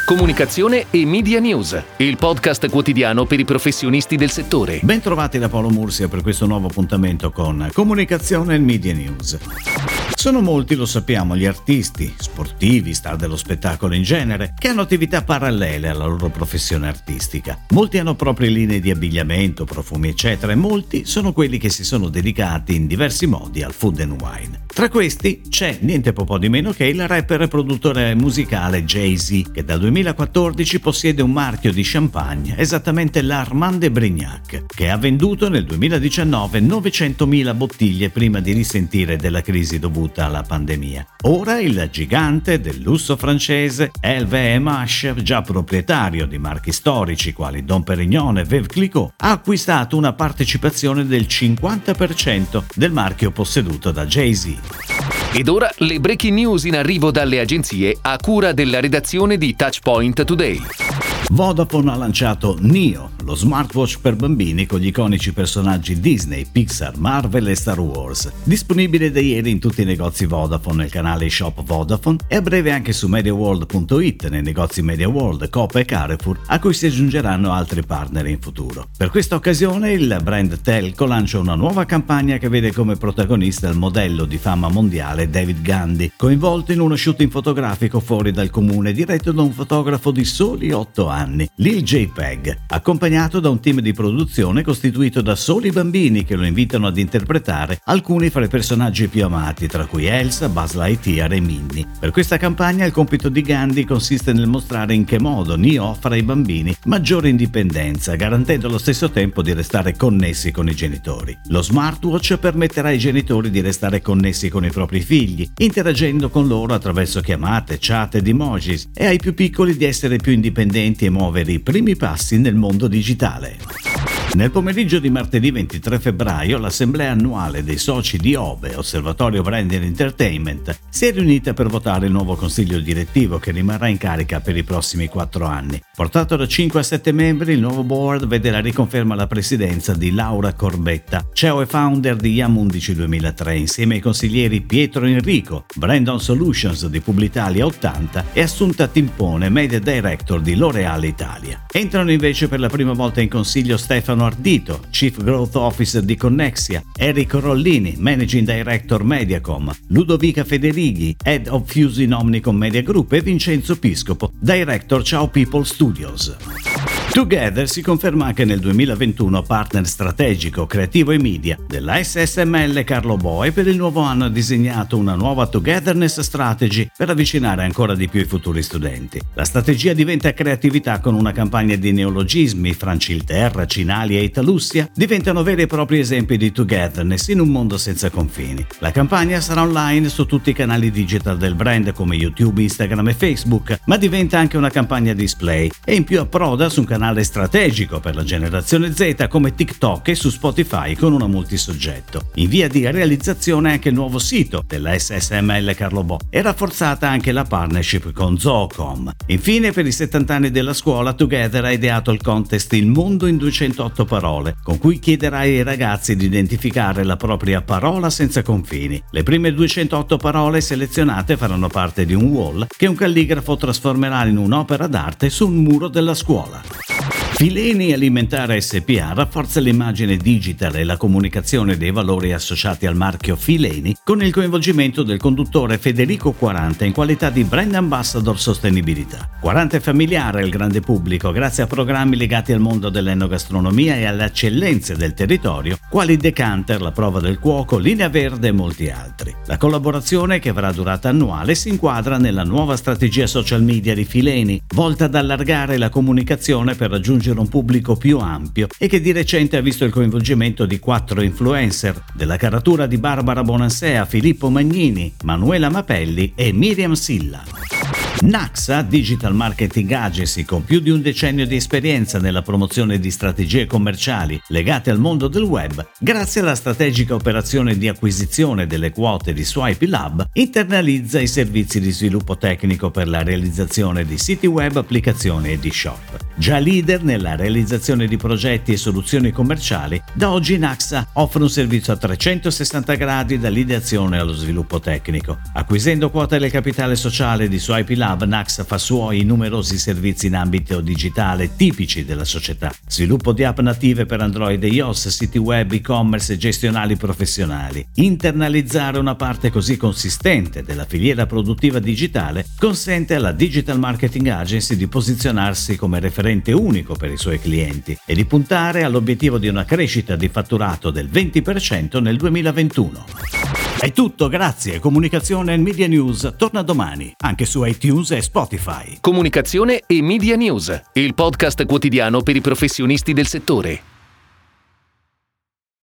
Comunicazione e Media News, il podcast quotidiano per i professionisti del settore. Ben trovati da Paolo Mursia per questo nuovo appuntamento con Comunicazione e Media News. Sono molti, lo sappiamo, gli artisti, sportivi, star dello spettacolo in genere, che hanno attività parallele alla loro professione artistica. Molti hanno proprie linee di abbigliamento, profumi eccetera, e molti sono quelli che si sono dedicati in diversi modi al food and wine. Tra questi c'è niente po' di meno che il rapper e produttore musicale Jay-Z, che dal 2014 possiede un marchio di champagne, esattamente l'Armand de Brignac, che ha venduto nel 2019 900.000 bottiglie prima di risentire della crisi dovuta alla pandemia. Ora il gigante del lusso francese LVMH, già proprietario di marchi storici quali Dom Pérignon e Veuve Clicquot, ha acquistato una partecipazione del 50% del marchio posseduto da Jay-Z. Ed ora le breaking news in arrivo dalle agenzie a cura della redazione di Touchpoint Today. Vodafone ha lanciato Neo, lo smartwatch per bambini con gli iconici personaggi Disney, Pixar, Marvel e Star Wars. Disponibile da ieri in tutti i negozi Vodafone nel canale Shop Vodafone e a breve anche su MediaWorld.it nei negozi MediaWorld, Coop e Carrefour, a cui si aggiungeranno altri partner in futuro. Per questa occasione il brand Telco lancia una nuova campagna che vede come protagonista il modello di fama mondiale David Gandhi, coinvolto in uno shooting fotografico fuori dal comune diretto da un fotografo di soli 8 anni. Lil JPEG, accompagnato da un team di produzione costituito da soli bambini che lo invitano ad interpretare alcuni fra i personaggi più amati, tra cui Elsa, Buzz Lightyear e Minnie. Per questa campagna il compito di Gandhi consiste nel mostrare in che modo Neo offre ai bambini maggiore indipendenza, garantendo allo stesso tempo di restare connessi con i genitori. Lo smartwatch permetterà ai genitori di restare connessi con i propri figli, interagendo con loro attraverso chiamate, chat ed emojis, e ai più piccoli di essere più indipendenti e muovere i primi passi nel mondo digitale. Nel pomeriggio di martedì 23 febbraio l'assemblea annuale dei soci di OBE, Osservatorio Brand and Entertainment, si è riunita per votare il nuovo consiglio direttivo che rimarrà in carica per i prossimi 4 anni. Portato da 5 a 7 membri, il nuovo board vede la riconferma alla presidenza di Laura Corbetta, CEO e founder di Yam 11 2003, insieme ai consiglieri Pietro Enrico, Brandon Solutions di Publitalia 80 e Assunta Timpone, Media Director di L'Oreal Italia. Entrano invece per la prima volta in consiglio Stefano Ardito, Chief Growth Officer di Connexia, Enrico Rollini, Managing Director Mediacom, Ludovica Federighi, Head of Fusion Omnicom Media Group e Vincenzo Piscopo, Director Ciao People Studios. Together si conferma anche nel 2021 partner strategico, creativo e media della SSML Carlo Bo, e per il nuovo anno ha disegnato una nuova Togetherness Strategy per avvicinare ancora di più i futuri studenti. La strategia diventa creatività con una campagna di neologismi, Francilterra, Cinali e Italussia diventano veri e propri esempi di togetherness in un mondo senza confini. La campagna sarà online su tutti i canali digital del brand come YouTube, Instagram e Facebook, ma diventa anche una campagna display e in più approda su un canale strategico per la generazione Z come TikTok e su Spotify con una multisoggetto. In via di realizzazione anche il nuovo sito della SSML Carlo Bo e rafforzata anche la partnership con Zoocom. Infine, per i 70 anni della scuola, Together ha ideato il contest Il Mondo in 208 parole, con cui chiederà ai ragazzi di identificare la propria parola senza confini. Le prime 208 parole selezionate faranno parte di un wall che un calligrafo trasformerà in un'opera d'arte su un muro della scuola. Fileni Alimentare SPA rafforza l'immagine digital e la comunicazione dei valori associati al marchio Fileni con il coinvolgimento del conduttore Federico 40 in qualità di Brand Ambassador Sostenibilità. 40 è familiare al grande pubblico grazie a programmi legati al mondo dell'enogastronomia e alle eccellenze del territorio, quali Decanter, La Prova del Cuoco, Linea Verde e molti altri. La collaborazione, che avrà durata annuale, si inquadra nella nuova strategia social media di Fileni, volta ad allargare la comunicazione per raggiungere un pubblico più ampio e che di recente ha visto il coinvolgimento di 4 influencer, della caratura di Barbara Bonansea, Filippo Magnini, Manuela Mapelli e Miriam Silla. Naxa, Digital Marketing Agency con più di un decennio di esperienza nella promozione di strategie commerciali legate al mondo del web, grazie alla strategica operazione di acquisizione delle quote di Swipe Lab, internalizza i servizi di sviluppo tecnico per la realizzazione di siti web, applicazioni e di shop. Già leader nella realizzazione di progetti e soluzioni commerciali, da oggi Naxa offre un servizio a 360 gradi dall'ideazione allo sviluppo tecnico. Acquisendo quote del capitale sociale di Swipe Lab Hub, Nax fa suoi numerosi servizi in ambito digitale tipici della società. Sviluppo di app native per Android e iOS, siti web, e-commerce e gestionali professionali. Internalizzare una parte così consistente della filiera produttiva digitale consente alla Digital Marketing Agency di posizionarsi come referente unico per i suoi clienti e di puntare all'obiettivo di una crescita di fatturato del 20% nel 2021. È tutto, grazie. Comunicazione e Media News torna domani, anche su iTunes e Spotify. Comunicazione e Media News, il podcast quotidiano per i professionisti del settore.